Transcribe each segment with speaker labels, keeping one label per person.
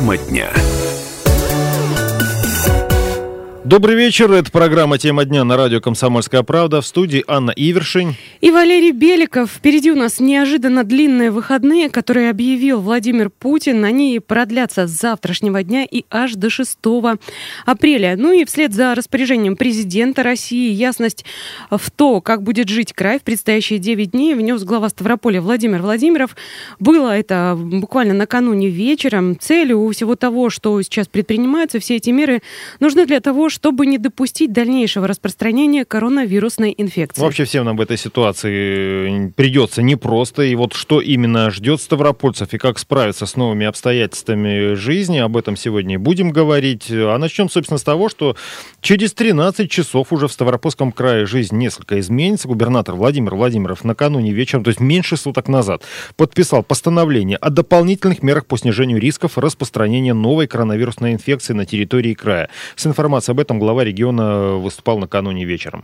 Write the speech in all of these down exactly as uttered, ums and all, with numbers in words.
Speaker 1: Тема дня.
Speaker 2: Добрый вечер, это программа «Тема дня» на радио «Комсомольская правда». В студии Анна Ивершин
Speaker 3: и Валерий Беликов. Впереди у нас неожиданно длинные выходные, которые объявил Владимир Путин. Они продлятся с завтрашнего дня и аж до шестого апреля. Ну и вслед за распоряжением президента России ясность в то, как будет жить край в предстоящие девять дней, внес глава Ставрополя Владимир Владимиров. Было это буквально накануне вечером. Целью у всего того, что сейчас предпринимается, все эти меры нужны для того, чтобы не допустить дальнейшего распространения коронавирусной инфекции.
Speaker 2: Вообще всем нам в этой ситуации придется непросто. И вот что именно ждет ставропольцев и как справиться с новыми обстоятельствами жизни, об этом сегодня и будем говорить. А начнем, собственно, с того, что через тринадцать часов уже в Ставропольском крае жизнь несколько изменится. Губернатор Владимир Владимиров накануне вечером, то есть меньше суток назад, подписал постановление о дополнительных мерах по снижению рисков распространения новой коронавирусной инфекции на территории края. С информацией об этом глава региона выступал накануне вечером.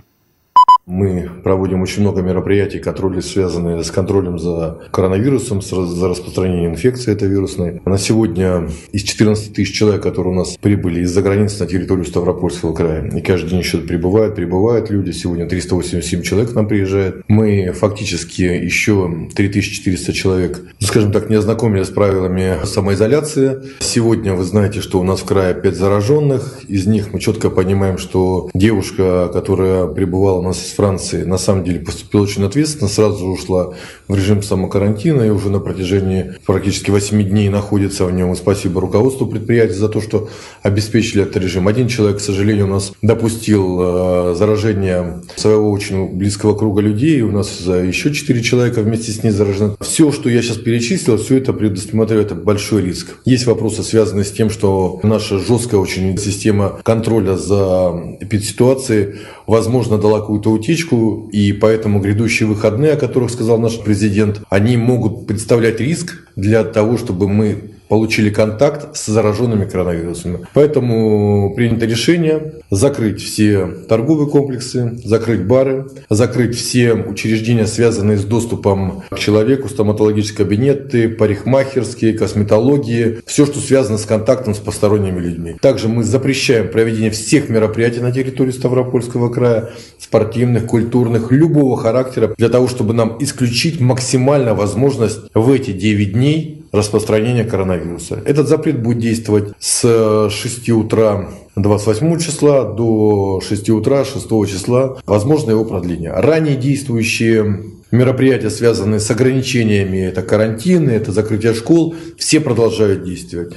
Speaker 4: Мы проводим очень много мероприятий, которые связаны с контролем за коронавирусом, за распространением инфекции этой вирусной. На сегодня из четырнадцати тысяч человек, которые у нас прибыли из-за границы на территорию Ставропольского края, и каждый день еще прибывают, прибывают люди. Сегодня триста восемьдесят семь человек к нам приезжает. Мы фактически еще три тысячи четыреста человек, скажем так, не ознакомились с правилами самоизоляции. Сегодня вы знаете, что у нас в крае пять зараженных. Из них мы четко понимаем, что девушка, которая прибывала у нас из Франции, на самом деле поступила очень ответственно, сразу же ушла в режим самокарантина и уже на протяжении практически восьми дней находится в нем. И спасибо руководству предприятия за то, что обеспечили этот режим. Один человек, к сожалению, у нас допустил э, заражение своего очень близкого круга людей, и у нас еще четыре человека вместе с ней заражены. Все, что я сейчас перечислил, все это предусматривает большой риск. Есть вопросы, связанные с тем, что наша жесткая очень система контроля за эпидситуацией, возможно, дала какую-то утечку, и поэтому грядущие выходные, о которых сказал наш президент, они могут представлять риск для того, чтобы мы получили контакт с зараженными коронавирусами. Поэтому принято решение закрыть все торговые комплексы, закрыть бары, закрыть все учреждения, связанные с доступом к человеку, стоматологические кабинеты, парикмахерские, косметологии, все, что связано с контактом с посторонними людьми. Также мы запрещаем проведение всех мероприятий на территории Ставропольского края, спортивных, культурных, любого характера, для того, чтобы нам исключить максимально возможность в эти девять дней распространения коронавируса. Этот запрет будет действовать с шести утра двадцать восьмого числа до шести утра шестого числа. Возможно его продление. Ранее действующие мероприятия, связанные с ограничениями, это карантины, это закрытие школ, все продолжают действовать.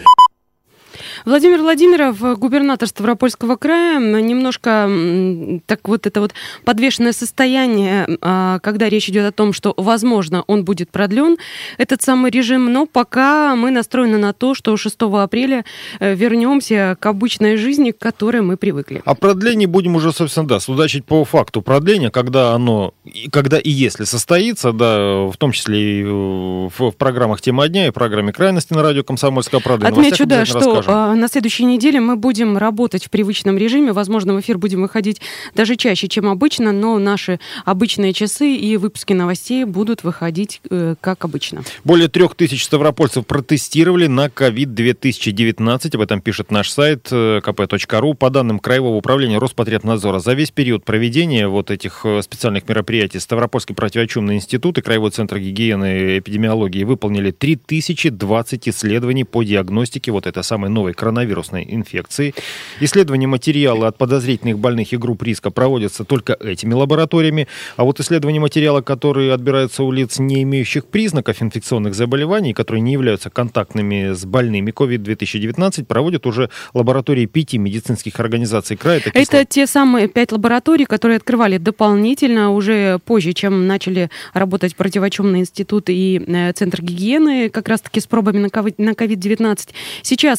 Speaker 3: Владимир Владимиров, губернатор Ставропольского края, немножко так вот это вот подвешенное состояние, когда речь идет о том, что, возможно, он будет продлен, этот самый режим, но пока мы настроены на то, что шестого апреля вернемся к обычной жизни, к которой мы привыкли.
Speaker 2: О продлении будем уже, собственно, да, судачить по факту продления, когда оно, когда и если состоится, да, в том числе и в, в программах «Тема дня» и в программе «Крайности» на радио «Комсомольская правда».
Speaker 3: Отмечу, да, что расскажем. На следующей неделе мы будем работать в привычном режиме. Возможно, в эфир будем выходить даже чаще, чем обычно, но наши обычные часы и выпуски новостей будут выходить э, как обычно.
Speaker 2: Более трех тысяч ставропольцев протестировали на ковид две тысячи девятнадцать. Об этом пишет наш сайт ка пэ точка ру. По данным Краевого управления Роспотребнадзора, за весь период проведения вот этих специальных мероприятий Ставропольский противочумный институт и Краевой центр гигиены и эпидемиологии выполнили три тысячи двадцать исследований по диагностике вот этой самой новой коронавирусной инфекции. Исследования материала от подозрительных больных и групп риска проводятся только этими лабораториями, а вот исследования материала, которые отбираются у лиц, не имеющих признаков инфекционных заболеваний, которые не являются контактными с больными ковид две тысячи девятнадцать, проводят уже лаборатории пяти медицинских организаций края.
Speaker 3: Это кисло... те самые пять лабораторий, которые открывали дополнительно уже позже, чем начали работать противочумный институт и Центр гигиены, как раз-таки с пробами на ковид девятнадцать. Сейчас это кисло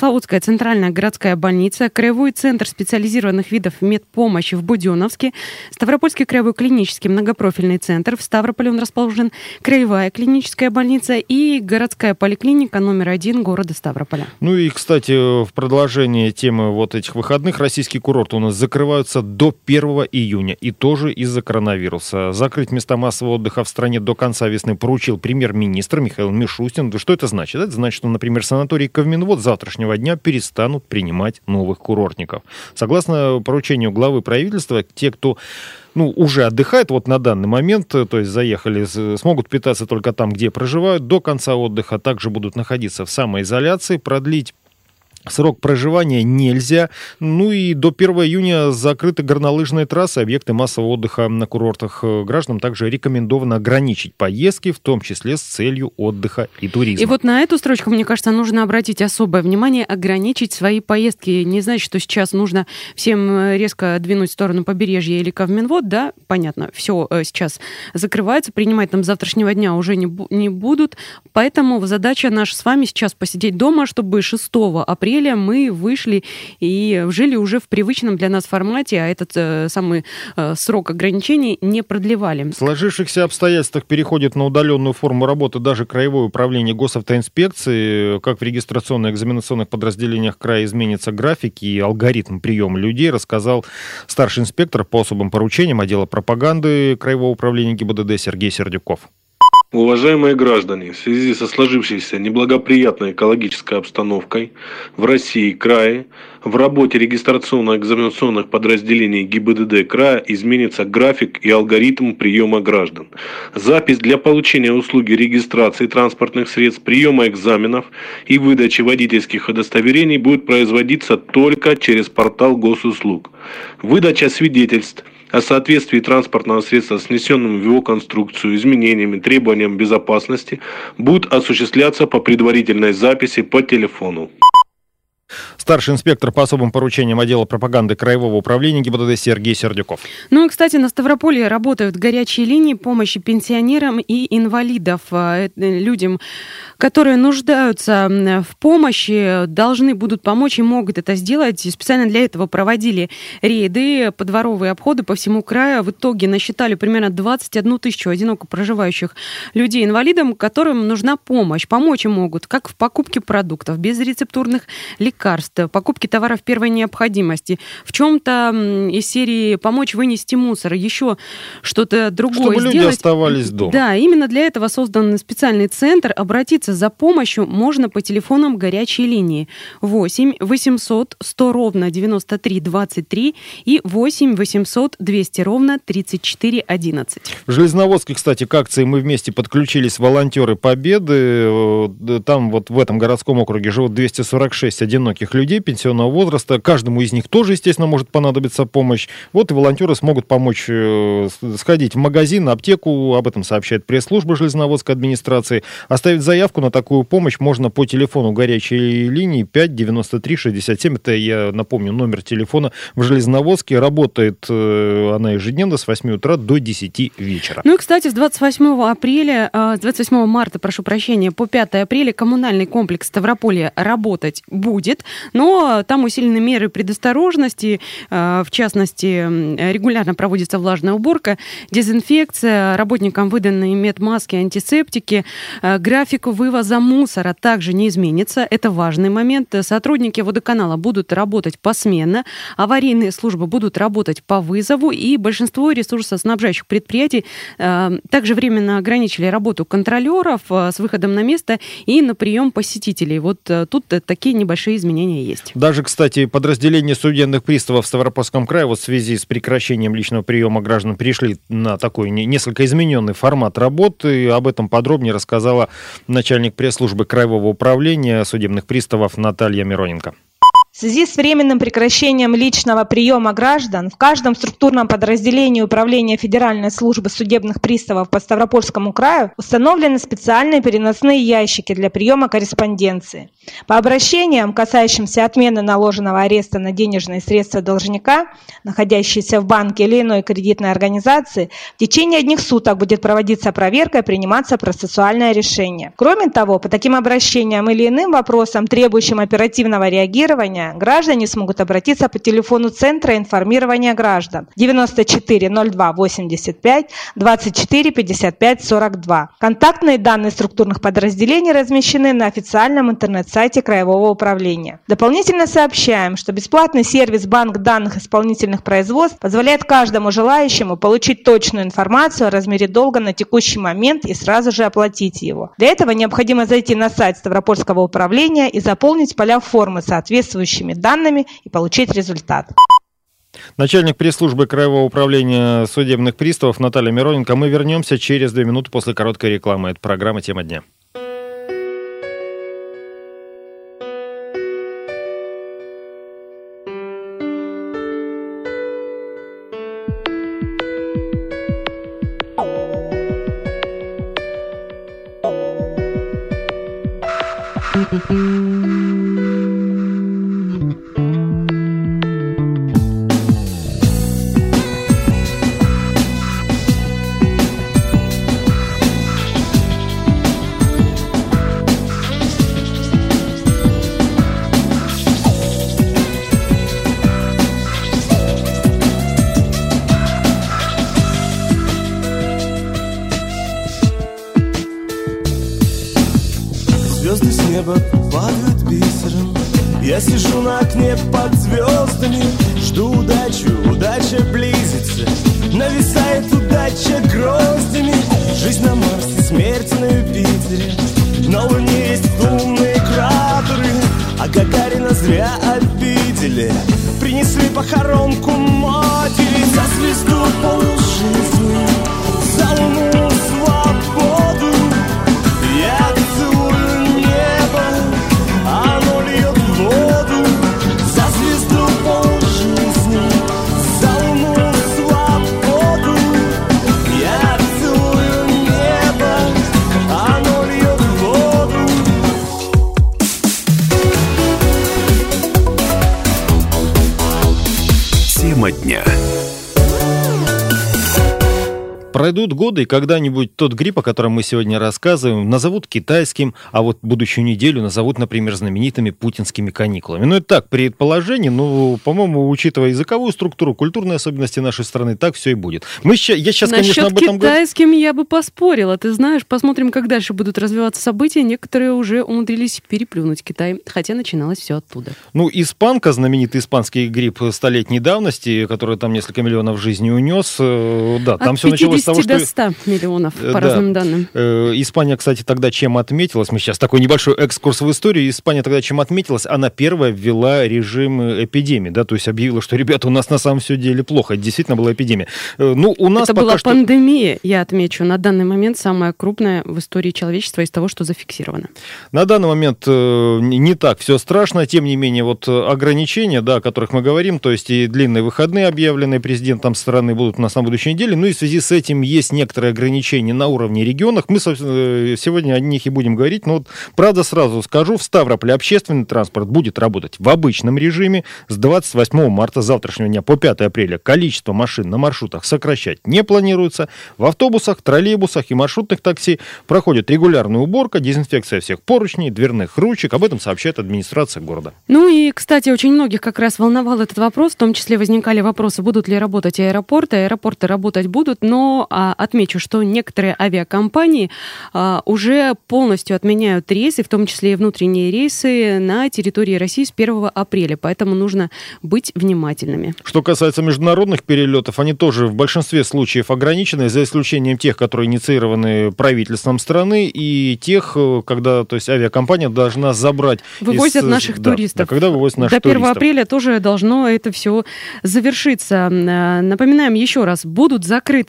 Speaker 3: Кисловодская центральная городская больница, Краевой центр специализированных видов медпомощи в Буденновске, Ставропольский краевой клинический многопрофильный центр, в Ставрополе он расположен, Краевая клиническая больница и городская поликлиника номер один города Ставрополя.
Speaker 2: Ну и, кстати, в продолжение темы вот этих выходных российские курорты у нас закрываются до первого июня, и тоже из-за коронавируса. Закрыть места массового отдыха в стране до конца весны поручил премьер-министр Михаил Мишустин. Что это значит? Это значит, что, например, санаторий Ковминвод с завтрашнего дня перестанут принимать новых курортников. Согласно поручению главы правительства, те, кто ну, уже отдыхает вот на данный момент, то есть заехали, смогут питаться только там, где проживают, до конца отдыха также будут находиться в самоизоляции, продлить срок проживания нельзя. Ну и до первого июня закрыты горнолыжные трассы, объекты массового отдыха на курортах. Гражданам также рекомендовано ограничить поездки, в том числе с целью отдыха и туризма.
Speaker 3: И вот на эту строчку, мне кажется, нужно обратить особое внимание, ограничить свои поездки. Не значит, что сейчас нужно всем резко двинуть в сторону побережья или Ковминвод, да, понятно, все сейчас закрывается, принимать там с завтрашнего дня уже не, бу- не будут. Поэтому задача наша с вами сейчас посидеть дома, чтобы шестого апреля мы вышли и жили уже в привычном для нас формате, а этот э, самый э, срок ограничений не продлевали.
Speaker 2: В сложившихся обстоятельствах переходит на удаленную форму работы даже Краевое управление госавтоинспекции. Как в регистрационно-экзаменационных подразделениях края изменится график и алгоритм приема людей, рассказал старший инспектор по особым поручениям отдела пропаганды Краевого управления ГИБДД Сергей Сердюков.
Speaker 1: Уважаемые граждане, в связи со сложившейся неблагоприятной экологической обстановкой в России и крае, в работе регистрационно-экзаменационных подразделений ГИБДД края изменится график и алгоритм приема граждан. Запись для получения услуги регистрации транспортных средств, приема экзаменов и выдачи водительских удостоверений будет производиться только через портал госуслуг. Выдача свидетельств о соответствии транспортного средства с внесенными в его конструкцию изменениями, требованиям безопасности будет осуществляться по предварительной записи по телефону.
Speaker 2: Старший инспектор по особым поручениям отдела пропаганды Краевого управления ГИБДД Сергей Сердюков.
Speaker 3: Ну и, кстати, на Ставрополье работают горячие линии помощи пенсионерам и инвалидам, людям, которые нуждаются в помощи, должны будут помочь и могут это сделать. Специально для этого проводили рейды, подворовые обходы по всему краю. В итоге насчитали примерно двадцать одну тысячу одиноко проживающих людей-инвалидам, которым нужна помощь. Помочь им могут как в покупке продуктов, безрецептурных лекарств, покупки товаров первой необходимости, в чем-то из серии помочь вынести мусор, еще что-то другое
Speaker 2: Чтобы
Speaker 3: сделать.
Speaker 2: люди оставались дома.
Speaker 3: Да, именно для этого создан специальный центр. Обратиться за помощью можно по телефонам горячей линии восемь восемьсот сто ровно девяносто три двадцать три и восемь восемьсот двести ровно тридцать четыре одиннадцать.
Speaker 2: В Железноводске, кстати, к акции «Мы вместе» подключились волонтеры Победы. Там вот в этом городском округе живут двести сорок шесть одиноких людей пенсионного возраста. Каждому из них тоже, естественно, может понадобиться помощь. Вот и волонтеры смогут помочь сходить в магазин, аптеку. Об этом сообщает пресс-служба Железноводской администрации. Оставить заявку на такую помощь можно по телефону горячей линии пять девяносто три шестьдесят семь. Это, я напомню, номер телефона в Железноводске. Работает она ежедневно с восьми утра до десяти вечера.
Speaker 3: Ну и, кстати, с двадцать восьмого апреля, с двадцать восьмого марта, прошу прощения, по пятое апреля коммунальный комплекс Ставрополья работать будет, но там усилены меры предосторожности, в частности, регулярно проводится влажная уборка, дезинфекция, работникам выданы медмаски, антисептики, график вывоза мусора также не изменится, это важный момент. Сотрудники водоканала будут работать посменно, аварийные службы будут работать по вызову, и большинство ресурсоснабжающих предприятий также временно ограничили работу контролеров с выходом на место и на прием посетителей. Вот тут такие небольшие изменения есть.
Speaker 2: Даже, кстати, подразделения судебных приставов в Ставропольском крае вот в связи с прекращением личного приема граждан перешли на такой несколько измененный формат работы. Об этом подробнее рассказала начальник пресс-службы Краевого управления судебных приставов Наталья Мироненко.
Speaker 5: В связи с временным прекращением личного приема граждан в каждом структурном подразделении Управления Федеральной службы судебных приставов по Ставропольскому краю установлены специальные переносные ящики для приема корреспонденции. По обращениям, касающимся отмены наложенного ареста на денежные средства должника, находящиеся в банке или иной кредитной организации, в течение одних суток будет проводиться проверка и приниматься процессуальное решение. Кроме того, по таким обращениям или иным вопросам, требующим оперативного реагирования, граждане смогут обратиться по телефону Центра информирования граждан девяносто четыре ноль два восемьдесят пять двадцать четыре пятьдесят пять сорок два. Контактные данные структурных подразделений размещены на официальном интернет-сайте Краевого управления. Дополнительно сообщаем, что бесплатный сервис «Банк данных исполнительных производств» позволяет каждому желающему получить точную информацию о размере долга на текущий момент и сразу же оплатить его. Для этого необходимо зайти на сайт Ставропольского управления и заполнить поля формы соответствующими данными и получить результат.
Speaker 2: Начальник пресс-службы Краевого управления судебных приставов Наталья Мироненко. Мы вернемся через две минуты после короткой рекламы. Это программа «Тема дня».
Speaker 6: Звезды с неба падают бисером. Я сижу на окне под звездами, жду удачу, удача близится. Нависает удача гроздями. Жизнь на Марсе, смерть на Юпитере. На Луне есть лунные кратеры, а Гагарина зря обидели. Принесли похоронку матери за звезду полжизни, за луну свободу. Я целую небо, оно льет воду. За звезду полжизни, за луну свободу. Я целую небо, оно льет воду.
Speaker 7: Тема дня.
Speaker 2: Пройдут годы, и когда-нибудь тот грипп, о котором мы сегодня рассказываем, назовут китайским, а вот будущую неделю назовут, например, знаменитыми путинскими каникулами. Ну, это так, предположение, но, по-моему, учитывая языковую структуру, культурные особенности нашей страны, так все и будет. Мы ща, я сейчас,
Speaker 3: Насчет
Speaker 2: конечно, об этом говорю.
Speaker 3: китайским я бы поспорила. Ты знаешь, посмотрим, как дальше будут развиваться события. Некоторые уже умудрились переплюнуть Китай, хотя начиналось все оттуда.
Speaker 2: Ну, испанка, знаменитый испанский грипп столетней давности, который там несколько миллионов жизней унес, да, там все началось с того,
Speaker 3: до
Speaker 2: что...
Speaker 3: ста миллионов, по
Speaker 2: да.
Speaker 3: разным данным.
Speaker 2: Испания, кстати, тогда чем отметилась? Мы сейчас такой небольшой экскурс в историю. Испания тогда чем отметилась? Она первая ввела режим эпидемии, да, то есть объявила, что, ребята, у нас на самом все деле плохо. Это действительно была эпидемия. Ну, у нас
Speaker 3: Это
Speaker 2: пока
Speaker 3: была
Speaker 2: что...
Speaker 3: пандемия, я отмечу, на данный момент самая крупная в истории человечества из того, что зафиксировано.
Speaker 2: На данный момент не так все страшно, тем не менее, вот ограничения, да, о которых мы говорим, то есть и длинные выходные, объявленные президентом страны, будут у нас на будущей неделе, ну и в связи с этим есть некоторые ограничения на уровне регионов. Мы, собственно, сегодня о них и будем говорить, но вот, правда, сразу скажу, в Ставрополе общественный транспорт будет работать в обычном режиме с двадцать восьмого марта завтрашнего дня по пятое апреля. Количество машин на маршрутах сокращать не планируется. В автобусах, троллейбусах и маршрутных такси проходит регулярная уборка, дезинфекция всех поручней, дверных ручек. Об этом сообщает администрация города.
Speaker 3: Ну и, кстати, очень многих как раз волновал этот вопрос. В том числе возникали вопросы, будут ли работать аэропорты. Аэропорты работать будут, но а, отмечу, что некоторые авиакомпании а, уже полностью отменяют рейсы, в том числе и внутренние рейсы на территории России с первого апреля. Поэтому нужно быть внимательными.
Speaker 2: Что касается международных перелетов, они тоже в большинстве случаев ограничены, за исключением тех, которые инициированы правительством страны, и тех, когда, то есть, авиакомпания должна забрать...
Speaker 3: Вывозят
Speaker 2: из,
Speaker 3: наших
Speaker 2: да,
Speaker 3: туристов.
Speaker 2: Да, когда вывозят наших
Speaker 3: До первого
Speaker 2: туристов.
Speaker 3: апреля тоже должно это все завершиться. Напоминаем еще раз, будут закрыты с завтрашнего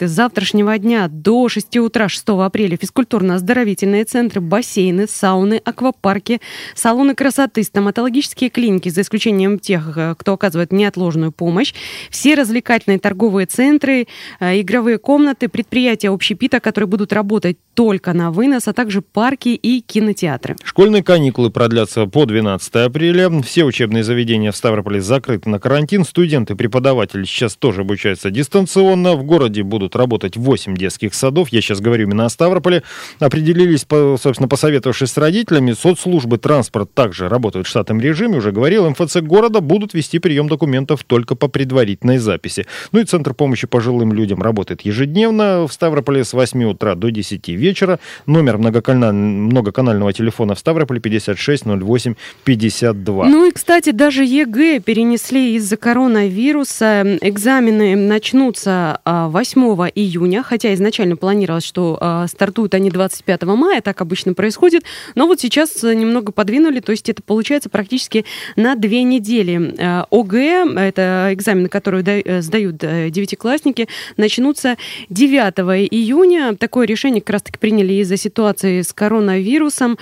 Speaker 3: завтрашнего дня до шести утра шестого апреля физкультурно-оздоровительные центры, бассейны, сауны, аквапарки, салоны красоты, стоматологические клиники, за исключением тех, кто оказывает неотложную помощь, все развлекательные торговые центры, игровые комнаты, предприятия общепита, которые будут работать только на вынос, а также парки и кинотеатры.
Speaker 2: Школьные каникулы продлятся по двенадцатое апреля. Все учебные заведения в Ставрополе закрыты на карантин. Студенты, преподаватели сейчас тоже обучаются дистанционно. В городе будут работать восемь детских садов. Я сейчас говорю именно о Ставрополе. Определились, собственно, посоветовавшись с родителями. Соцслужбы, транспорт также работают в штатном режиме. Уже говорил, эм эф цэ города будут вести прием документов только по предварительной записи. Ну и Центр помощи пожилым людям работает ежедневно в Ставрополе с восьми утра до десяти вечера. Номер многоканального, многоканального телефона в Ставрополе пятьдесят шесть ноль восемь пятьдесят два.
Speaker 3: Ну и, кстати, даже ЕГЭ перенесли из-за коронавируса. Экзамены начнутся восьмого июня, хотя изначально планировалось, что стартуют они двадцать пятого мая, так обычно происходит. Но вот сейчас немного подвинули, то есть это получается практически на две недели. ОГЭ, это экзамены, которые сдают девятиклассники, начнутся девятого июня. Такое решение как раз-таки приняли из-за ситуации с коронавирусом.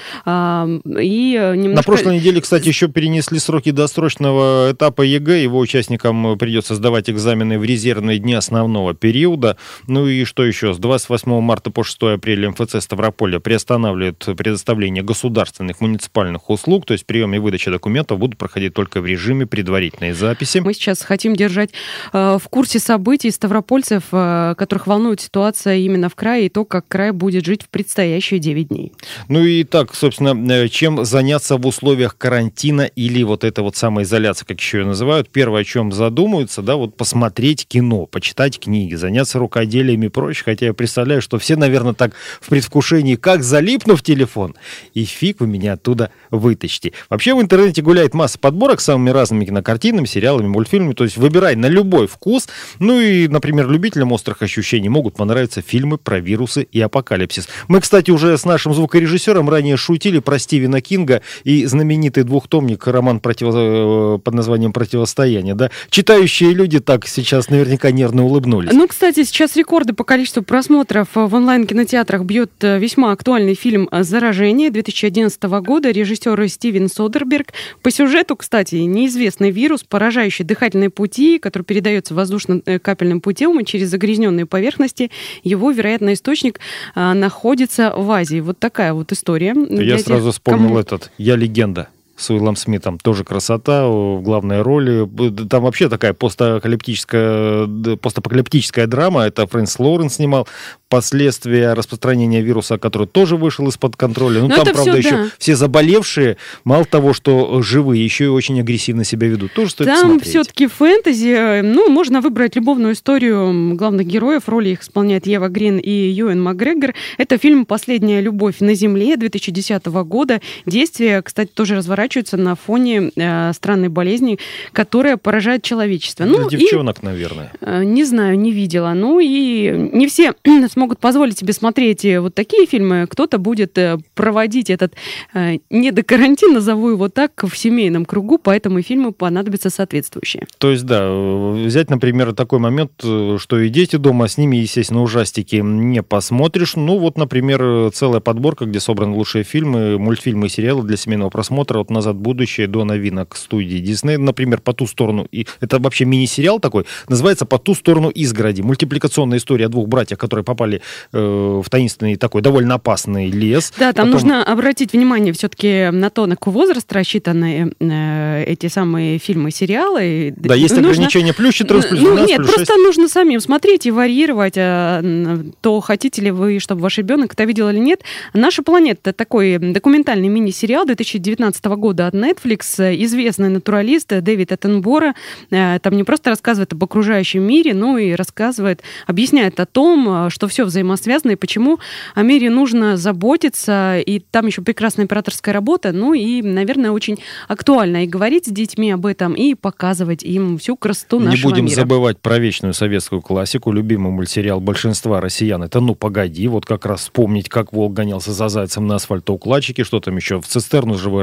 Speaker 3: И немножко...
Speaker 2: На прошлой неделе, кстати, еще перенесли сроки досрочного этапа ЕГЭ. Его участникам придется сдавать экзамены в резервные дни основного периода. Ну и что еще? С двадцать восьмого марта по шестого апреля эм эф цэ Ставрополя приостанавливает предоставление государственных муниципальных услуг, то есть прием и выдача документов будут проходить только в режиме предварительной записи.
Speaker 3: Мы сейчас хотим держать э, в курсе событий ставропольцев, э, которых волнует ситуация именно в крае, и то, как край будет жить в предстоящие девять дней.
Speaker 2: Ну и так, собственно, чем заняться в условиях карантина или вот этой вот самоизоляции, как еще ее называют. Первое, о чем задумаются, да, вот посмотреть кино, почитать книги, заняться рукоделием и прочее. Хотя я представляю, что все, наверное, так в предвкушении, как залипну в телефон, и фиг вы меня оттуда вытащите. Вообще в интернете гуляет масса подборок с самыми разными кинокартинами, сериалами, мультфильмами. То есть выбирай на любой вкус. Ну и, например, любителям острых ощущений могут понравиться фильмы про вирусы и апокалипсис. Мы, кстати, уже с нашим звукорежиссером ранее шутили про Стивена Кинга и знаменитый двухтомник роман против... под названием «Противостояние». Да? Читающие люди так сейчас наверняка нервно улыбнулись.
Speaker 3: Ну, кстати, сейчас рекорды по количеству просмотров в онлайн-кинотеатрах бьет весьма актуальный фильм «Заражение» две тысячи одиннадцатого года. Режиссер Стивен Содерберг. По сюжету, кстати, неизвестный вирус, поражающий дыхательные пути, который передается воздушно-капельным путем и через загрязненные поверхности. Его, вероятно, источник а, находится в Азии. Вот такая вот история.
Speaker 2: Я сразу
Speaker 3: тех,
Speaker 2: вспомнил
Speaker 3: кому...
Speaker 2: этот «Я легенда» с Уиллом Смитом. Тоже красота в главной роли. Там вообще такая постапокалиптическая, постапокалиптическая драма. Это Фрэнсис Лоуренс снимал. Последствия распространения вируса, который тоже вышел из-под контроля. Ну,
Speaker 3: Но
Speaker 2: там, правда,
Speaker 3: все,
Speaker 2: еще
Speaker 3: да.
Speaker 2: все заболевшие, мало того, что живые, еще и очень агрессивно себя ведут. Тоже стоит
Speaker 3: там
Speaker 2: посмотреть.
Speaker 3: все-таки фэнтези. Ну, можно выбрать любовную историю главных героев. Роли их исполняет Ева Грин и Юэн Макгрегор. Это фильм «Последняя любовь на земле» две тысячи десятого года. Действие, кстати, тоже разворачивается на фоне э, странной болезни, которая поражает человечество.
Speaker 2: Для
Speaker 3: ну,
Speaker 2: девчонок,
Speaker 3: и,
Speaker 2: наверное.
Speaker 3: Э, не знаю, не видела. Ну и не все смогут позволить себе смотреть вот такие фильмы. Кто-то будет проводить этот э, недокарантин, назову его так, в семейном кругу, поэтому и фильмы понадобятся соответствующие.
Speaker 2: То есть, да, взять, например, такой момент, что и дети дома, с ними, естественно, ужастики не посмотришь. Ну, вот, например, целая подборка, где собраны лучшие фильмы, мультфильмы и сериалы для семейного просмотра от «Назад в будущее» до новинок студии Disney. Например, «По ту сторону». И это вообще мини-сериал такой, называется «По ту сторону изгороди». Мультипликационная история о двух братьях, которые попали в таинственный такой довольно опасный лес.
Speaker 3: Да, там
Speaker 2: Потом...
Speaker 3: нужно обратить внимание все-таки на то, на какой возраст рассчитаны э, эти самые фильмы, сериалы.
Speaker 2: Да, есть нужно... ограничения плюс четырнадцать, плюс двенадцать,
Speaker 3: ну, нет,
Speaker 2: плюс шесть.
Speaker 3: Просто нужно самим смотреть и варьировать, а, то хотите ли вы, чтобы ваш ребенок это видел или нет. «Наша планета» — такой документальный мини-сериал две тысячи девятнадцатого года от Netflix. Известный натуралист Дэвид Аттенборо э, там не просто рассказывает об окружающем мире, но и рассказывает, объясняет о том, что все взаимосвязано и почему о мире нужно заботиться. И там еще прекрасная операторская работа, ну и, наверное, очень актуально и говорить с детьми об этом, и показывать им всю красоту нашего мира.
Speaker 2: Не будем забывать про вечную советскую классику, любимый мультсериал большинства россиян. Это «Ну, погоди», вот как раз вспомнить, как волк гонялся за зайцем на асфальтоукладчике, что там еще в цистерну с живой рыбой нырял.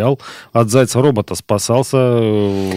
Speaker 2: потерял, от зайца-робота спасался.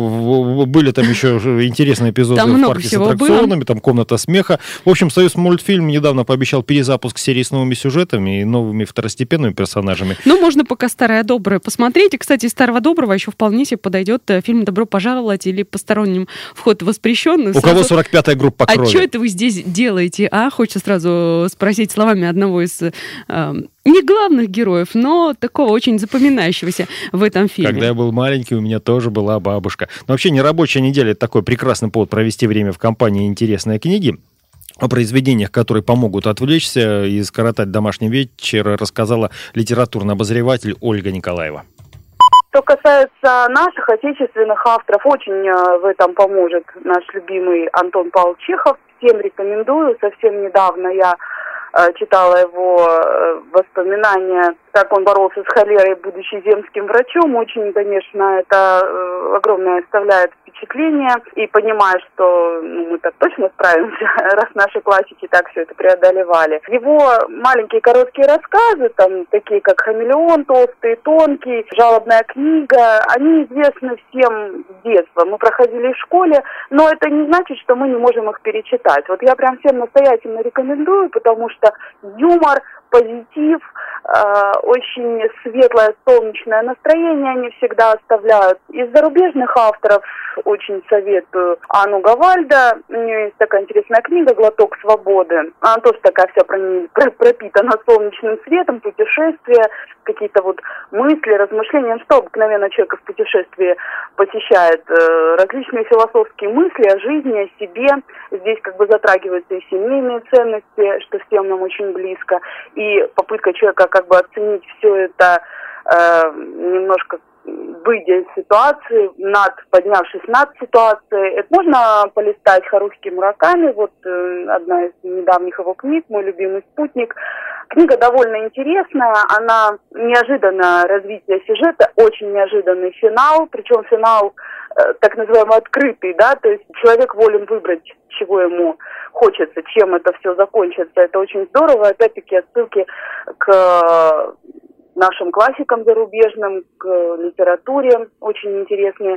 Speaker 2: Были там еще интересные эпизоды
Speaker 3: там
Speaker 2: в парке с аттракционами, было. Там комната смеха. В общем, Союзмультфильм недавно пообещал перезапуск серии с новыми сюжетами и новыми второстепенными персонажами.
Speaker 3: Ну, можно пока старое доброе посмотреть. И, кстати, из старого доброго еще вполне себе подойдет фильм «Добро пожаловать» или «Посторонним вход воспрещен».
Speaker 2: У сразу... кого сорок пятая группа крови?
Speaker 3: А что это вы здесь делаете? А, хочется сразу спросить словами одного из э, не главных героев, но такого очень запоминающегося в этом фильме.
Speaker 2: Когда я был маленький, у меня тоже была бабушка. Но вообще нерабочая неделя — это такой прекрасный повод провести время в компании «Интересные книги». О произведениях, которые помогут отвлечься и скоротать домашний вечер, рассказала литературный обозреватель Ольга Николаева.
Speaker 7: Что касается наших отечественных авторов, очень в этом поможет наш любимый Антон Павлович Чехов. Всем рекомендую. Совсем недавно я э, читала его э, воспоминания, как он боролся с холерой, будучи земским врачом. Очень, конечно, это э, огромное оставляет впечатление. И понимаю, что ну, мы так точно справимся, раз наши классики так все это преодолевали. Его маленькие короткие рассказы, там такие как «Хамелеон», «Толстый и тонкий», «Жалобная книга», они известны всем с детства. Мы проходили в школе, но это не значит, что мы не можем их перечитать. Вот я прям всем настоятельно рекомендую, потому что юмор, позитив, э, очень светлое, солнечное настроение они всегда оставляют. Из зарубежных авторов очень советую Анну Гавальда. У нее есть такая интересная книга «Глоток свободы». Она тоже такая вся пропитана солнечным светом, путешествия, какие-то вот мысли, размышления. Что обыкновенно человека в путешествии посещает? Э, различные философские мысли о жизни, о себе. Здесь как бы затрагиваются и семейные ценности, что всем нам очень близко. И попытка человека как бы оценить все это э, немножко выйдя из ситуации, над, поднявшись над ситуацией. Это можно полистать Харуки Мураками, вот э, одна из недавних его книг, «Мой любимый спутник». Книга довольно интересная, она неожиданное развитие сюжета, очень неожиданный финал, причем финал э, так называемый открытый, да, то есть человек волен выбрать, чего ему хочется, чем это все закончится. Это очень здорово, опять-таки отсылки к нашим классикам зарубежным, к литературе очень интересные.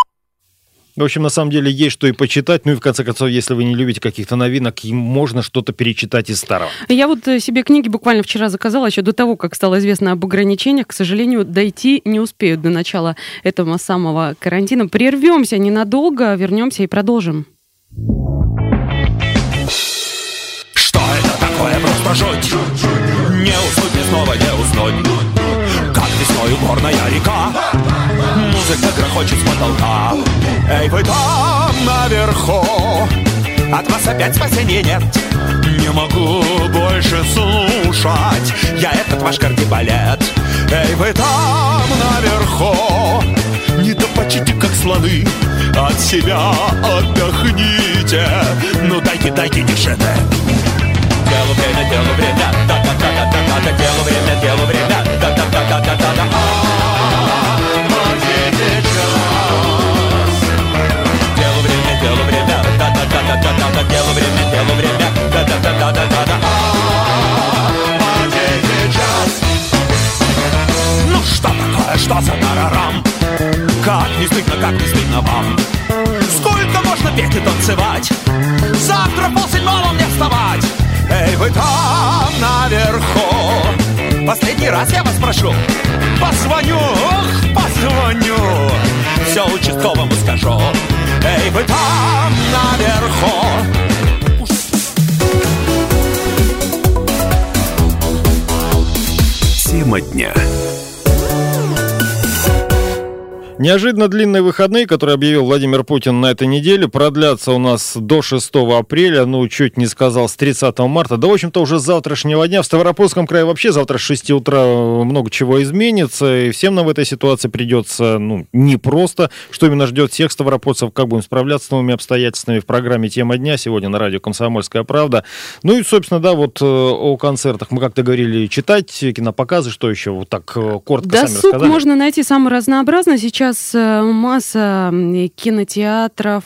Speaker 2: В общем, на самом деле есть что и почитать. Ну и в конце концов, если вы не любите каких-то новинок, им можно что-то перечитать из старого.
Speaker 3: Я вот себе книги буквально вчера заказала, еще до того, как стало известно об ограничениях. К сожалению, дойти не успеют до начала этого самого карантина. Прервемся ненадолго, вернемся и продолжим.
Speaker 6: Что это такое? Просто жуть. Не уснуть, не снова не уснуть. Как весною горная река, музыка грохочет с потолка. Эй, вы там наверху, от вас опять спасения нет. Не могу больше слушать я этот ваш кардибалет. Эй, вы там наверху, не топочите как слоны, от себя отдохните. Ну дайте, дайте дешевле. Делу время, делу время, да-да-да-да-да-да, делу время, делу время, да-да-да-да-да-да, а где час? Делу время, делу время, да-да-да-да-да-да, делу время, делу время, да-да-да-да-да-да, а где час? Ну что такое, что за тарарам? Как не стыдно, как не стыдно вам? Сколько можно петь и танцевать? Завтра в полседьмого мне вставать. Эй, вы там наверху, последний раз я вас прошу, позвоню, ох, позвоню, все участковому скажу. Эй, вы там наверху.
Speaker 2: Тема дня. Неожиданно длинные выходные, которые объявил Владимир Путин на этой неделе, продлятся у нас до шестого апреля, ну, чуть не сказал, с тридцатого марта. Да, в общем-то, уже с завтрашнего дня. В Ставропольском крае вообще завтра с шести утра много чего изменится, и всем нам в этой ситуации придется, ну, непросто. Что именно ждет всех ставропольцев, как будем справляться с новыми обстоятельствами в программе «Тема дня» сегодня на радио «Комсомольская правда». Ну и, собственно, да, вот о концертах мы как-то говорили, читать кинопоказы, что еще, вот так коротко
Speaker 3: Досуг
Speaker 2: сами рассказали.
Speaker 3: Можно найти самый разнообразный. Сейчас сейчас масса кинотеатров,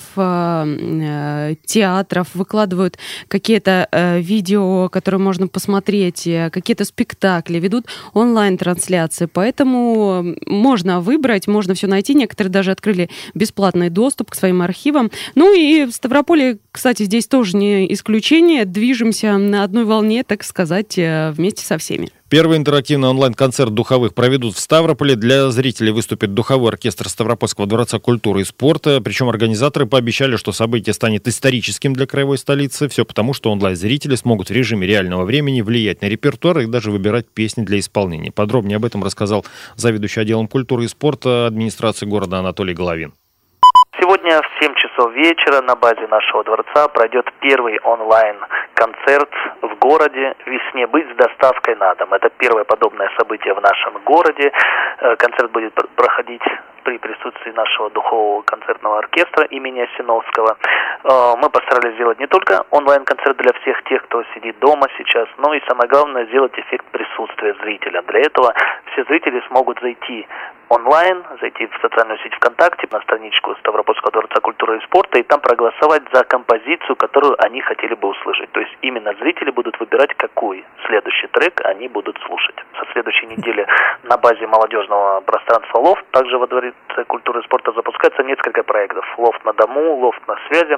Speaker 3: театров выкладывают какие-то видео, которые можно посмотреть, какие-то спектакли, ведут онлайн-трансляции. Поэтому можно выбрать, можно все найти. Некоторые даже открыли бесплатный доступ к своим архивам. Ну и в Ставрополе, кстати, здесь тоже не исключение. Движемся на одной волне, так сказать, вместе со всеми.
Speaker 2: Первый интерактивный онлайн-концерт духовых проведут в Ставрополе. Для зрителей выступит духовой оркестр Ставропольского дворца культуры и спорта. Причем организаторы пообещали, что событие станет историческим для краевой столицы. Все потому, что онлайн-зрители смогут в режиме реального времени влиять на репертуар и даже выбирать песни для исполнения. Подробнее об этом рассказал заведующий отделом культуры и спорта администрации города Анатолий Головин.
Speaker 8: Сегодня в семь часов вечера на базе нашего дворца пройдет первый онлайн-концерт в городе «Весне быть» с доставкой на дом. Это первое подобное событие в нашем городе. Концерт будет проходить при присутствии нашего духового концертного оркестра имени Осиновского. Мы постарались сделать не только онлайн-концерт для всех тех, кто сидит дома сейчас, но и самое главное сделать эффект присутствия зрителя. Для этого все зрители смогут зайти онлайн, зайти в социальную сеть ВКонтакте, на страничку Ставропольского дворца культуры и спорта, и там проголосовать за композицию, которую они хотели бы услышать. То есть именно зрители будут выбирать, какой следующий трек они будут слушать. Со следующей недели на базе молодежного пространства «Лофт» также во дворце культуры и спорта запускается несколько проектов. «Лофт на дому», «Лофт на связи».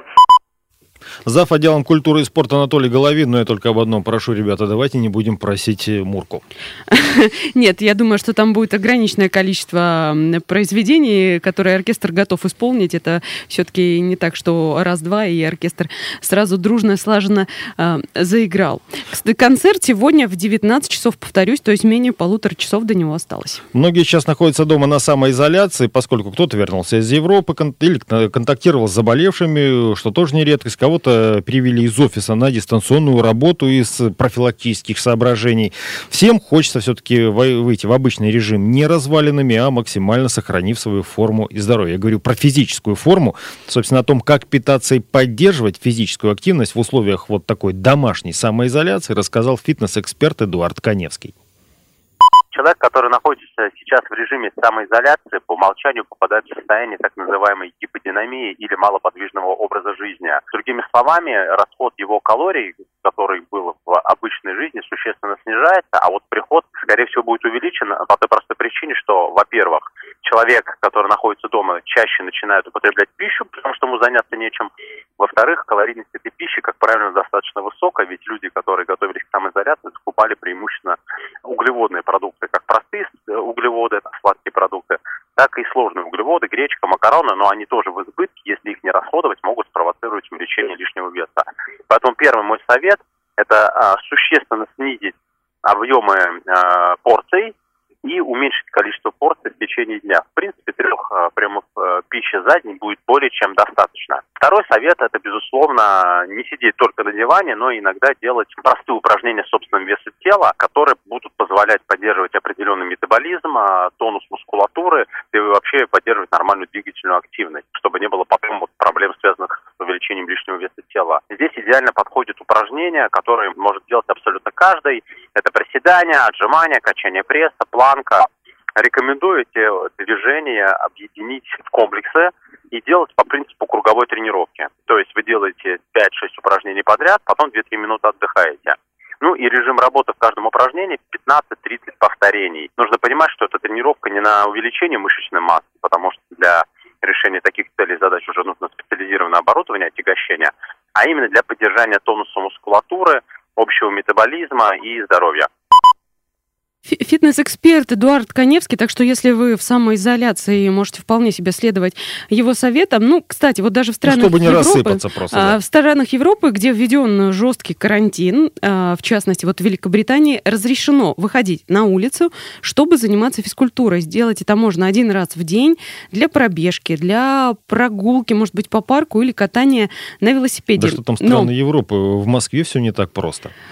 Speaker 2: Зав. Отделом культуры и спорта Анатолий Головин, но я только об одном прошу, ребята, давайте не будем просить Мурку.
Speaker 3: Нет, я думаю, что там будет ограниченное количество произведений, которые оркестр готов исполнить. Это все-таки не так, что раз-два, и оркестр сразу дружно, слаженно э, заиграл. Концерт сегодня в девятнадцать часов, повторюсь, то есть менее полутора часов до него осталось.
Speaker 2: Многие сейчас находятся дома на самоизоляции, поскольку кто-то вернулся из Европы кон- или контактировал с заболевшими, что тоже не редкость. Кого-то перевели из офиса на дистанционную работу из профилактических соображений. Всем хочется все-таки выйти в обычный режим не разваленными, а максимально сохранив свою форму и здоровье. Я говорю про физическую форму. Собственно, о том, как питаться и поддерживать физическую активность в условиях вот такой домашней самоизоляции, рассказал фитнес-эксперт Эдуард Каневский.
Speaker 9: Человек, который находится сейчас в режиме самоизоляции, по умолчанию попадает в состояние так называемой гиподинамии или малоподвижного образа жизни. Другими словами, расход его калорий, который был в обычной жизни, существенно снижается, а вот приход, скорее всего, будет увеличен по той простой причине, что, во-первых, человек, который находится дома, чаще начинает употреблять пищу, потому что ему заняться нечем. Во-вторых, калорийность этой пищи, как правило, достаточно высокая, ведь люди, которые готовились к самоизоляции, закупали преимущественно углеводные продукты, как простые углеводы, сладкие продукты, так и сложные углеводы, гречка, макароны, но они тоже в избытке, если их не расходовать, могут спровоцировать увеличение лишнего веса. Поэтому первый мой совет – это а, существенно снизить объемы а, порций и уменьшить количество порций в течение дня. В принципе, трех а, приемов а, пищи за день будет более чем достаточно. Второй совет – это, безусловно, не сидеть только на диване, но иногда делать простые упражнения с собственным весом тела, которые будут позволять поддерживать определенный метаболизм, тонус мускулатуры и вообще поддерживать нормальную двигательную активность, чтобы не было потом вот проблем, связанных с увеличением лишнего веса тела. Здесь идеально подходят упражнения, которые может делать абсолютно каждый. Это приседания, отжимания, качание пресса, планка. Рекомендую эти движения объединить в комплексы и делать по принципу круговой тренировки. То есть вы делаете пять-шесть упражнений подряд, потом две-три минуты отдыхаете. Ну и режим работы в каждом упражнении пятнадцать-тридцать повторений. Нужно понимать, что эта тренировка не на увеличение мышечной массы, потому что для решения таких целей и задач уже нужно специализированное оборудование, отягощение, а именно для поддержания тонуса мускулатуры, общего метаболизма и здоровья.
Speaker 3: Фитнес-эксперт Эдуард Каневский, так что если вы в самоизоляции, можете вполне себе следовать его советам. Ну, кстати, вот даже в странах
Speaker 2: Чтобы не
Speaker 3: Европы,
Speaker 2: рассыпаться просто, да.
Speaker 3: в странах Европы, где введен жесткий карантин, в частности, вот в Великобритании, разрешено выходить на улицу, чтобы заниматься физкультурой. Сделать это можно один раз в день для пробежки, для прогулки, может быть, по парку или катания на велосипеде.
Speaker 2: Да что там страны
Speaker 3: Но...
Speaker 2: Европы, в Москве все не так просто.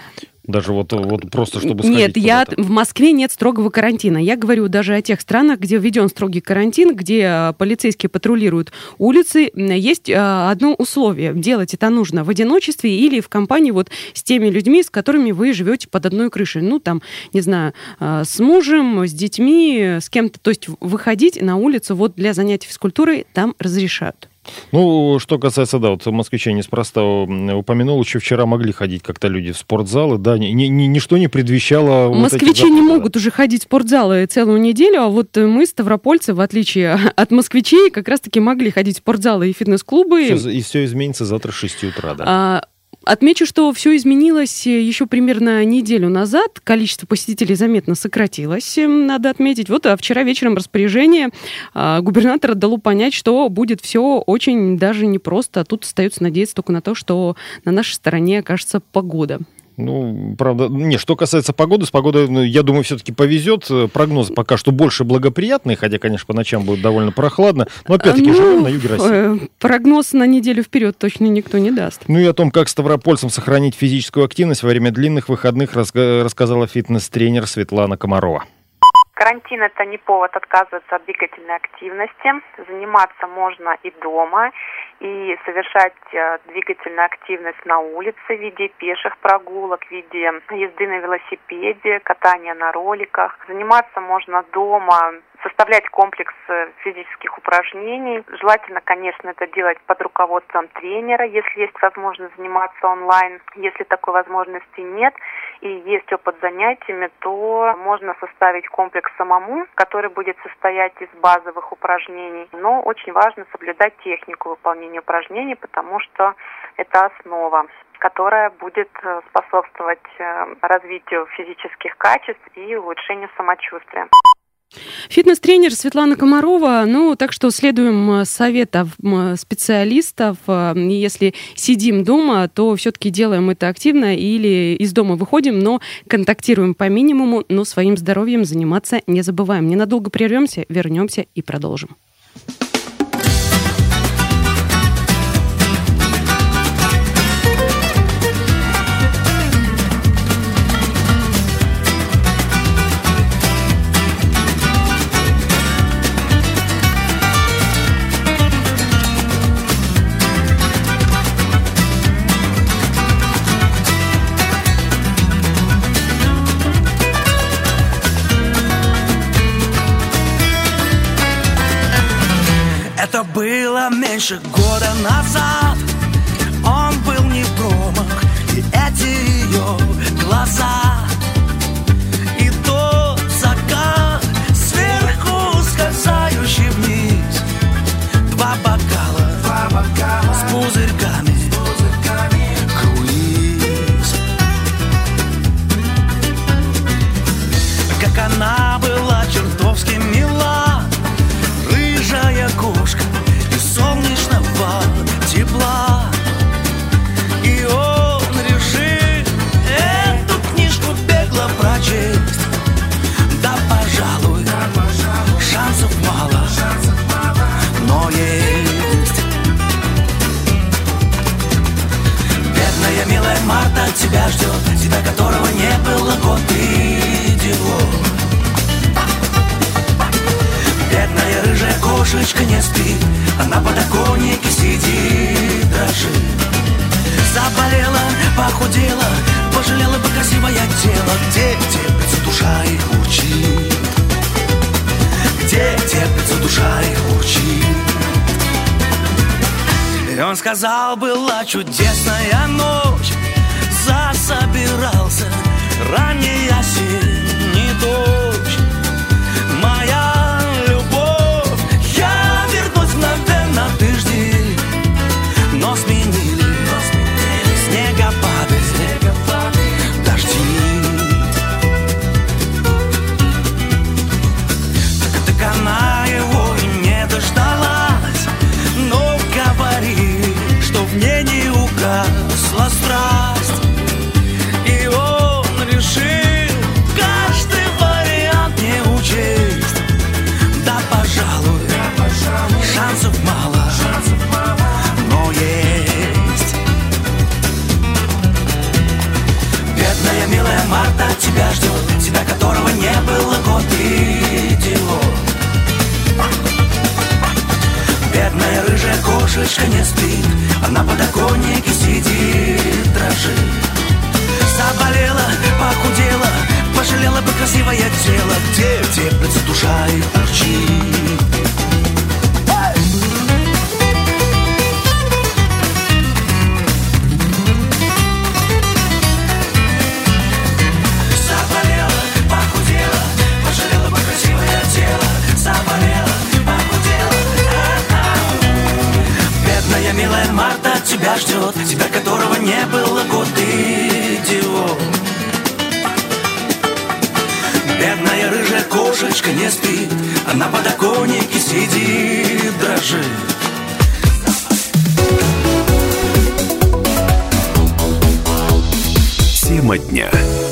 Speaker 2: Даже вот, вот просто, чтобы сходить
Speaker 3: Нет, я,
Speaker 2: куда-то.
Speaker 3: в Москве нет строгого карантина. Я говорю даже о тех странах, где введен строгий карантин, где полицейские патрулируют улицы. Есть одно условие. Делать это нужно в одиночестве или в компании вот с теми людьми, с которыми вы живете под одной крышей. Ну, там, не знаю, с мужем, с детьми, с кем-то. То есть выходить на улицу вот для занятий физкультурой там разрешают.
Speaker 2: Ну, что касается, да, вот москвичей неспроста упомянул, еще вчера могли ходить как-то люди в спортзалы, да, ни, ни, ничто не предвещало...
Speaker 3: Москвичи вот не могут уже ходить в спортзалы целую неделю, а вот мы, ставропольцы, в отличие от москвичей, как раз-таки могли ходить в спортзалы и фитнес-клубы.
Speaker 2: Все, и все изменится завтра с шести утра, да.
Speaker 3: А, Отмечу, что все изменилось еще примерно неделю назад. Количество посетителей заметно сократилось, надо отметить. Вот а вчера вечером распоряжение а, губернатора дало понять, что будет все очень даже непросто. Тут остается надеяться только на то, что на нашей стороне окажется погода.
Speaker 2: Ну, правда, не, что касается погоды, с погодой, ну, я думаю, все-таки повезет. Прогнозы пока что больше благоприятные, хотя, конечно, по ночам будет довольно прохладно. Но, опять-таки, ну, живем на юге России.
Speaker 3: Прогноз на неделю вперед точно никто не даст.
Speaker 2: Ну и о том, как ставропольцам сохранить физическую активность во время длинных выходных, рассказала фитнес-тренер Светлана Комарова.
Speaker 10: Карантин – это не повод отказываться от двигательной активности. Заниматься можно и дома, и совершать двигательную активность на улице в виде пеших прогулок, в виде езды на велосипеде, катания на роликах. Заниматься можно дома, составлять комплекс физических упражнений. Желательно, конечно, это делать под руководством тренера, если есть возможность заниматься онлайн. Если такой возможности нет и есть опыт занятиями, то можно составить комплекс самому, который будет состоять из базовых упражнений. Но очень важно соблюдать технику выполнения упражнений, потому что это основа, которая будет способствовать развитию физических качеств и улучшению самочувствия.
Speaker 3: Фитнес-тренер Светлана Комарова. Ну, так что следуем советам специалистов. Если сидим дома, то все-таки делаем это активно или из дома выходим, но контактируем по минимуму, но своим здоровьем заниматься не забываем. Ненадолго прервемся, вернемся и продолжим.
Speaker 6: Это было меньше года назад. Он был не промах, и эти ее глаза, и тот закат сверху скользающий вниз. Два бокала, Два бокала с пузырьками, с пузырьками. Круиз. Как она была чертовски мила, рыжая кошка из солнечного тепла. И он решил эту книжку бегло прочесть. Да, пожалуй, да, пожалуй, шансов мало, шансов мало, но есть. Бедная, милая Марта тебя ждет, тебя, которого не было год и его. Бедная рыжая кошечка не спит, она по подоконнике сидит, дрожит. Заболела, похудела, пожалела бы красивое тело. Где теплится душа и урчит, где теплится душа и урчит. И он сказал, была чудесная ночь, засобирался ранний осенний дождь. Моя любовь, я вернусь мгновенно, ты жди. Но сменили, но сменили снегопады, снегопады, дожди. Так, так она его и не дождалась, но говорит, что в ней не угасла страсть. И он
Speaker 11: милая марта тебя ждет, тебя которого не было год, идиот. Бедная рыжая кошечка не спит, она на подоконнике сидит, дрожит. Заболела, похудела, пожалела бы красивое тело, где теплится душа и урчит. Заболела, похудела, пожалела бы красивое тело, заболела, похудела. Бедная милая марта тебя ждет, тебя которого не было год, идиот. Бедная рыжая кошечка не спит, она на подоконнике сидит, дрожит.
Speaker 2: Тема дня.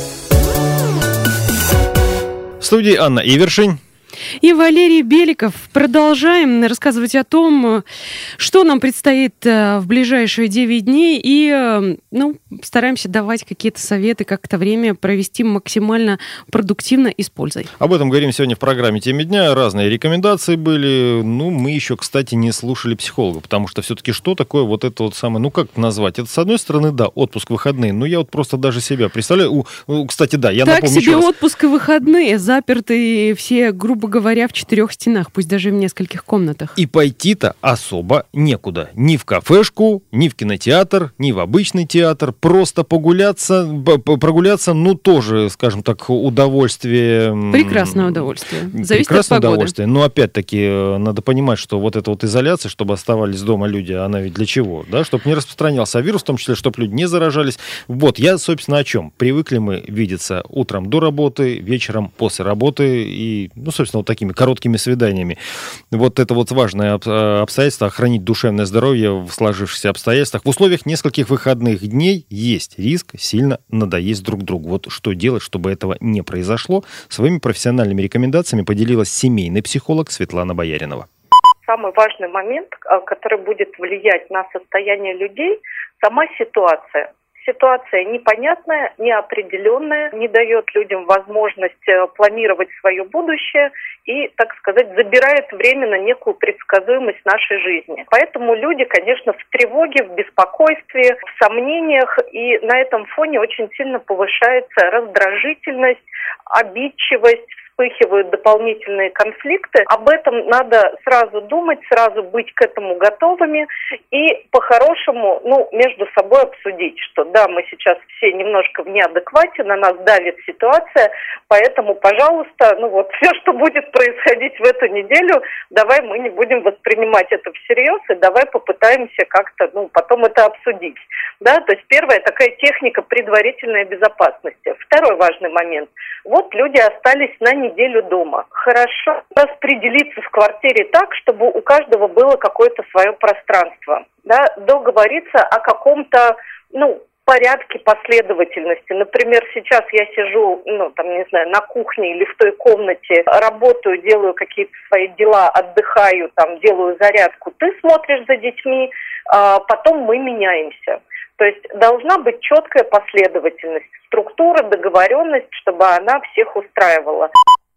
Speaker 2: В студии Анна Ивершин
Speaker 3: и Валерий Беликов. Продолжаем рассказывать о том, что нам предстоит в ближайшие девять дней, и ну, стараемся давать какие-то советы, как это время провести максимально продуктивно и с пользой.
Speaker 2: Об этом говорим сегодня в программе «Теме дня». Разные рекомендации были. Ну, мы еще, кстати, не слушали психолога, потому что все-таки что такое вот это вот самое, ну, как назвать? Это, с одной стороны, да, отпуск, выходные. Ну, я вот просто даже себя представляю. У, кстати, да, я
Speaker 3: так
Speaker 2: напомню
Speaker 3: себе
Speaker 2: еще раз.
Speaker 3: Отпуск и выходные, запертые все, грубо говоря, в четырех стенах, пусть даже в нескольких комнатах.
Speaker 2: И пойти-то особо некуда. Ни в кафешку, ни в кинотеатр, ни в обычный театр. Просто погуляться, прогуляться, ну, тоже, скажем так, удовольствие.
Speaker 3: Прекрасное удовольствие. Зависит
Speaker 2: Прекрасное
Speaker 3: от погоды.
Speaker 2: удовольствие. Но, опять-таки, надо понимать, что вот эта вот изоляция, чтобы оставались дома люди, она ведь для чего? Да? Чтобы не распространялся вирус, в том числе, чтобы люди не заражались. Вот, я, собственно, о чем? Привыкли мы видеться утром до работы, вечером после работы и, ну, собственно, вот такими короткими свиданиями. Вот это вот важное обстоятельство — охранить душевное здоровье в сложившихся обстоятельствах. В условиях нескольких выходных дней есть риск сильно надоесть друг другу. Вот что делать, чтобы этого не произошло? Своими профессиональными рекомендациями поделилась семейный психолог Светлана Бояринова.
Speaker 12: Самый важный момент, который будет влиять на состояние людей, сама ситуация. Ситуация непонятная, неопределенная, не дает людям возможность планировать свое будущее и, так сказать, забирает временно некую предсказуемость нашей жизни. Поэтому люди, конечно, в тревоге, в беспокойстве, в сомнениях, и на этом фоне очень сильно повышается раздражительность, обидчивость, вспыхивают дополнительные конфликты. Об этом надо сразу думать, сразу быть к этому готовыми и по-хорошему, ну, между собой обсудить, что да, мы сейчас все немножко в неадеквате, на нас давит ситуация, поэтому, пожалуйста, ну вот все, что будет происходить в эту неделю, давай мы не будем воспринимать это всерьез и давай попытаемся как-то, ну, потом это обсудить. Да, то есть первая такая техника предварительной безопасности. Второй важный момент. Вот люди остались на неделю дома. Хорошо распределиться в квартире так, чтобы у каждого было какое-то свое пространство. Да, договориться о каком-то, ну, порядке, последовательности. Например, сейчас я сижу, ну, там, не знаю, на кухне или в той комнате, работаю, делаю какие-то свои дела, отдыхаю, там, делаю зарядку. Ты смотришь за детьми, а потом мы меняемся. То есть должна быть четкая последовательность, структура, договоренность, чтобы она всех устраивала.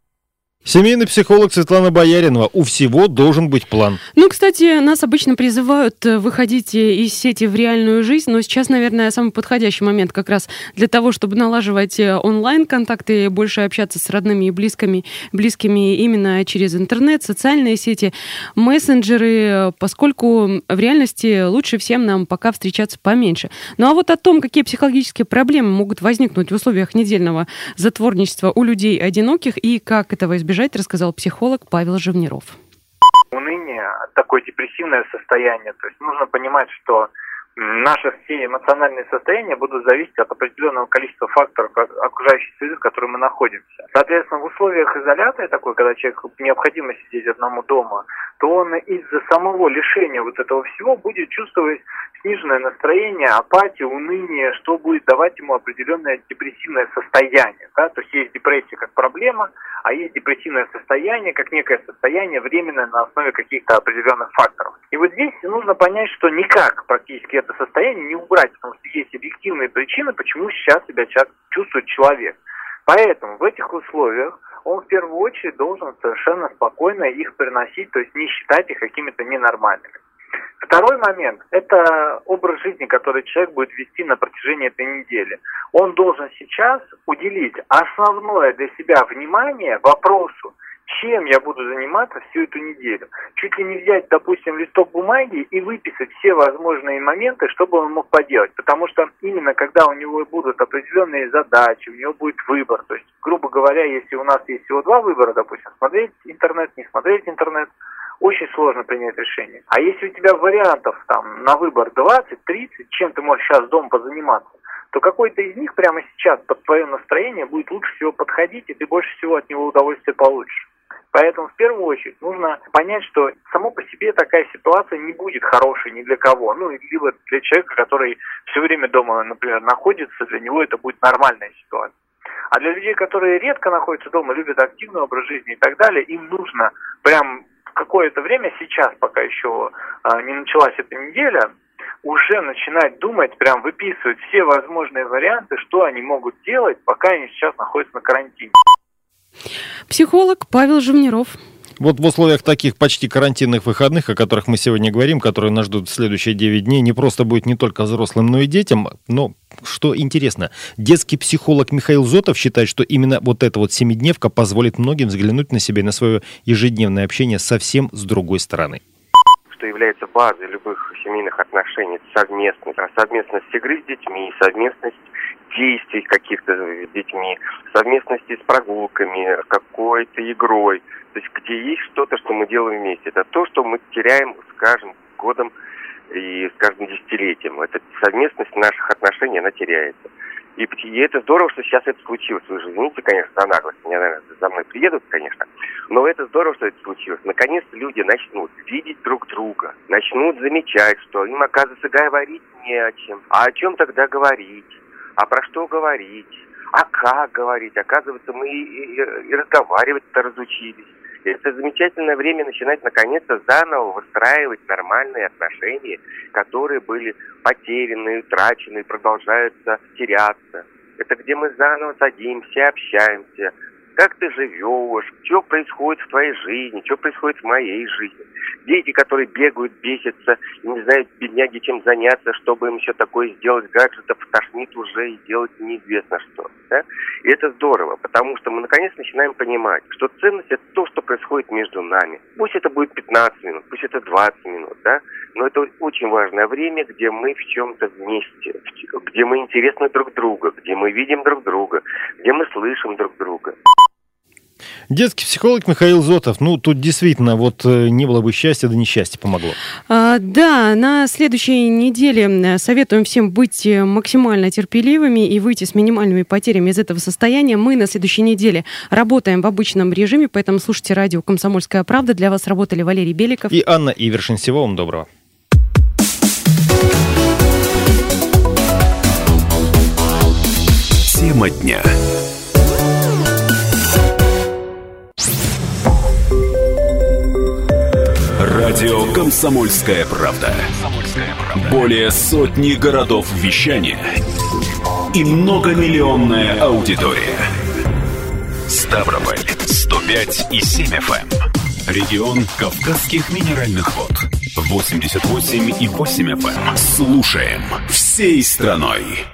Speaker 2: Семейный психолог Светлана Бояринова. У всего должен быть план.
Speaker 3: Ну, кстати, нас обычно призывают выходить из сети в реальную жизнь, но сейчас, наверное, самый подходящий момент как раз для того, чтобы налаживать онлайн-контакты, больше общаться с родными и близкими, близкими именно через интернет, социальные сети, мессенджеры, поскольку в реальности лучше всем нам пока встречаться поменьше. Ну, а вот о том, какие психологические проблемы могут возникнуть в условиях недельного затворничества у людей одиноких и как этого избежать, рассказал психолог Павел Живниров.
Speaker 13: Уныние, такое депрессивное состояние. То есть нужно понимать, что наши все эмоциональные состояния будут зависеть от определенного количества факторов окружающей среды, в которой мы находимся. Соответственно, в условиях изоляции такой, когда человеку необходимо сидеть одному дома, то он из-за самого лишения вот этого всего будет чувствовать сниженное настроение, апатия, уныние, что будет давать ему определенное депрессивное состояние. Да? То есть есть депрессия как проблема, а есть депрессивное состояние как некое состояние временное на основе каких-то определенных факторов. И вот здесь нужно понять, что никак практически это состояние не убрать, потому что есть объективные причины, почему сейчас себя чувствует человек. Поэтому в этих условиях он в первую очередь должен совершенно спокойно их переносить, то есть не считать их какими-то ненормальными. Второй момент – это образ жизни, который человек будет вести на протяжении этой недели. Он должен сейчас уделить основное для себя внимание вопросу, чем я буду заниматься всю эту неделю. Чуть ли не взять, допустим, листок бумаги и выписать все возможные моменты, чтобы он мог поделать. Потому что именно когда у него будут определенные задачи, у него будет выбор. То есть, грубо говоря, если у нас есть всего два выбора, допустим, смотреть интернет, не смотреть интернет, очень сложно принять решение. А если у тебя вариантов там на выбор двадцать-тридцать, чем ты можешь сейчас дома позаниматься, то какой-то из них прямо сейчас под твое настроение будет лучше всего подходить, и ты больше всего от него удовольствия получишь. Поэтому в первую очередь нужно понять, что само по себе такая ситуация не будет хорошей ни для кого. Ну, либо для человека, который все время дома, например, находится, для него это будет нормальная ситуация. А для людей, которые редко находятся дома, любят активный образ жизни и так далее, им нужно прям какое-то время сейчас, пока еще а, не началась эта неделя, уже начинать думать, прям выписывать все возможные варианты, что они могут делать, пока они сейчас находятся на карантине.
Speaker 3: Психолог Павел Живниров.
Speaker 2: Вот в условиях таких почти карантинных выходных, о которых мы сегодня говорим, которые нас ждут в следующие девять дней, не просто будет не только взрослым, но и детям. Но, что интересно, детский психолог Михаил Зотов считает, что именно вот эта вот семидневка позволит многим взглянуть на себя и на свое ежедневное общение совсем с другой стороны.
Speaker 14: Что является базой любых семейных отношений, совместность, совместность игры с детьми, совместность действий каких-то с детьми, совместности с прогулками, какой-то игрой. То есть где есть что-то, что мы делаем вместе. Это то, что мы теряем с каждым годом и с каждым десятилетием. Эта совместность наших отношений, она теряется. И, и это здорово, что сейчас это случилось. Вы же извините, конечно, за наглость. Меня, наверное, за мной приедут, конечно. Но это здорово, что это случилось. Наконец-то люди начнут видеть друг друга. Начнут замечать, что им, оказывается, говорить не о чем. А о чем тогда говорить? А про что говорить? А как говорить? Оказывается, мы и, и, и разговаривать-то разучились. Это замечательное время начинать, наконец-то, заново выстраивать нормальные отношения, которые были потеряны, утрачены, продолжаются теряться. Это где мы заново садимся, общаемся. Как ты живешь, что происходит в твоей жизни, что происходит в моей жизни. Дети, которые бегают, бесятся, и не знают, бедняги, чем заняться, чтобы им еще такое сделать, гаджетов тошнит уже и делать неизвестно что. Да? И это здорово, потому что мы наконец начинаем понимать, что ценность – это то, что происходит между нами. Пусть это будет пятнадцать минут, пусть это двадцать минут, да? Но это очень важное время, где мы в чем-то вместе, где мы интересны друг другу, где мы видим друг друга, где мы слышим друг друга.
Speaker 2: Детский психолог Михаил Зотов. Ну, тут действительно вот не было бы счастья, да несчастье помогло.
Speaker 3: А, да, на следующей неделе советуем всем быть максимально терпеливыми и выйти с минимальными потерями из этого состояния. Мы на следующей неделе работаем в обычном режиме, поэтому слушайте радио «Комсомольская правда». Для вас работали Валерий Беликов
Speaker 2: и Анна Ивершин. Всего вам доброго.
Speaker 6: Тема дня. Радио «Комсомольская правда». Более сотни городов вещания и многомиллионная аудитория. Ставрополь сто пять и семь эф эм. Регион Кавказских минеральных вод восемьдесят восемь и восемь эф эм. Слушаем всей страной.